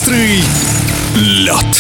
Быстрый лед.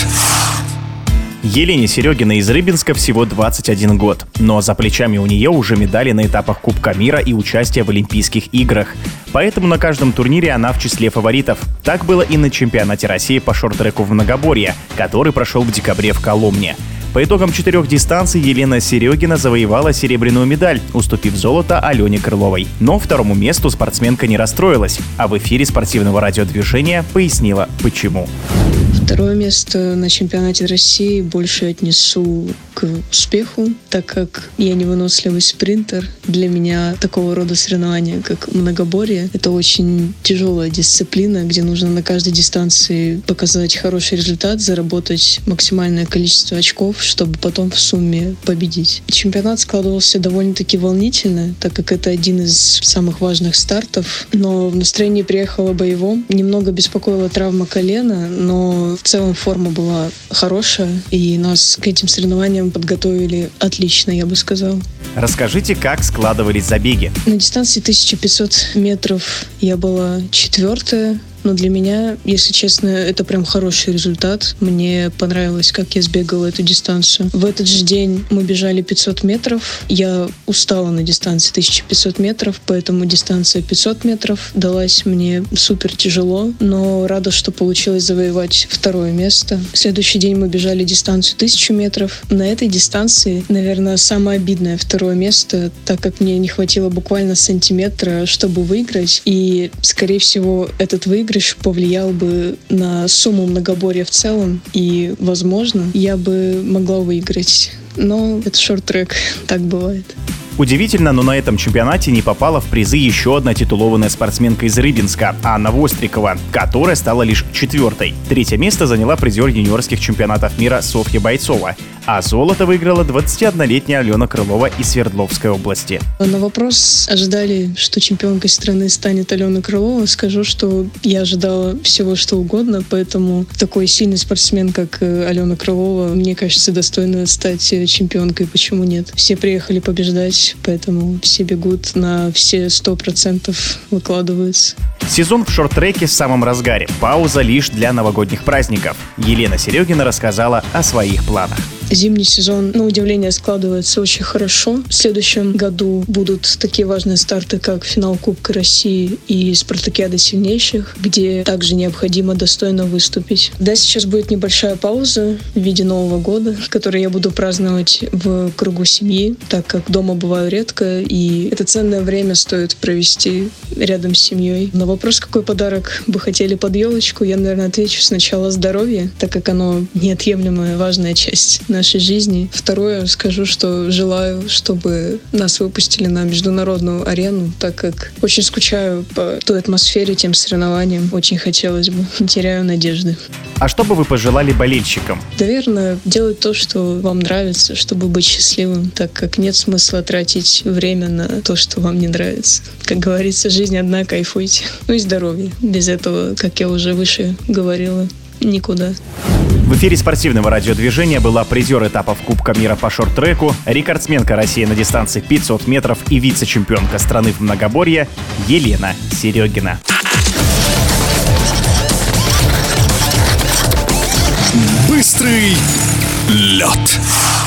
Елене Серегиной из Рыбинска всего 21 год, но за плечами у нее уже медали на этапах Кубка мира и участие в Олимпийских играх. Поэтому на каждом турнире она в числе фаворитов. Так было и на чемпионате России по шорт-треку в многоборье, который прошел в декабре в Коломне. По итогам 4 дистанций Елена Серегина завоевала серебряную медаль, уступив золото Алене Крыловой. Но второму месту спортсменка не расстроилась, а в эфире спортивного радиодвижения пояснила, почему. Второе место на чемпионате России больше отнесу к успеху, так как я невыносливый спринтер. Для меня такого рода соревнования, как многоборье, это очень тяжелая дисциплина, где нужно на каждой дистанции показать хороший результат, заработать максимальное количество очков, чтобы потом в сумме победить. Чемпионат складывался довольно-таки волнительно, так как это один из самых важных стартов, но в настроении приехала боевом. Немного беспокоила травма колена, но в целом форма была хорошая, и нас к этим соревнованиям подготовили отлично, я бы сказал. Расскажите, как складывались забеги. На дистанции 1500 метров я была 4-я. Но для меня, если честно, это прям хороший результат. Мне понравилось, как я сбегала эту дистанцию. В этот же день мы бежали 500 метров. Я устала на дистанции 1500 метров, поэтому дистанция 500 метров далась мне супер тяжело. Но рада, что получилось завоевать 2-е место. В следующий день мы бежали дистанцию 1000 метров. На этой дистанции, наверное, самое обидное 2-е место, так как мне не хватило буквально сантиметра, чтобы выиграть. И, скорее всего, этот выигрыш повлиял бы на сумму многоборья в целом, и, возможно, я бы могла выиграть. Но это шорт-трек, так бывает. Удивительно, но на этом чемпионате не попала в призы еще одна титулованная спортсменка из Рыбинска, Анна Вострикова, которая стала лишь 4-й. 3-е место заняла призер юниорских чемпионатов мира Софья Бойцова, а золото выиграла 21-летняя Алена Крылова из Свердловской области. На вопрос, ожидали, что чемпионкой страны станет Алена Крылова, скажу, что я ожидала всего что угодно, поэтому такой сильный спортсмен, как Алена Крылова, мне кажется, достойна стать чемпионкой. Почему нет? Все приехали побеждать, поэтому все бегут на все 100%, выкладываются. Сезон в шорт-треке в самом разгаре. Пауза лишь для новогодних праздников. Елена Серегина рассказала о своих планах. Зимний сезон, на удивление, складывается очень хорошо. В следующем году будут такие важные старты, как финал Кубка России и Спартакиада сильнейших, где также необходимо достойно выступить. Да, сейчас будет небольшая пауза в виде Нового года, который я буду праздновать в кругу семьи, так как дома бываю редко, и это ценное время стоит провести рядом с семьей. На вопрос, какой подарок бы хотели под елочку, я, наверное, отвечу сначала здоровье, так как оно неотъемлемая важная часть нашей жизни. Второе, скажу, что желаю, чтобы нас выпустили на международную арену, так как очень скучаю по той атмосфере, тем соревнованиям. Очень хотелось бы. Теряю надежды. А что бы вы пожелали болельщикам? Наверное, делать то, что вам нравится, чтобы быть счастливым, так как нет смысла тратить время на то, что вам не нравится. Как говорится, жизнь одна, кайфуйте. Ну и здоровье. Без этого, как я уже выше говорила, никуда. В эфире спортивного радиодвижения была призер этапов Кубка мира по шорт-треку, рекордсменка России на дистанции 500 метров и вице-чемпионка страны в многоборье Елена Серегина. Быстрый лед.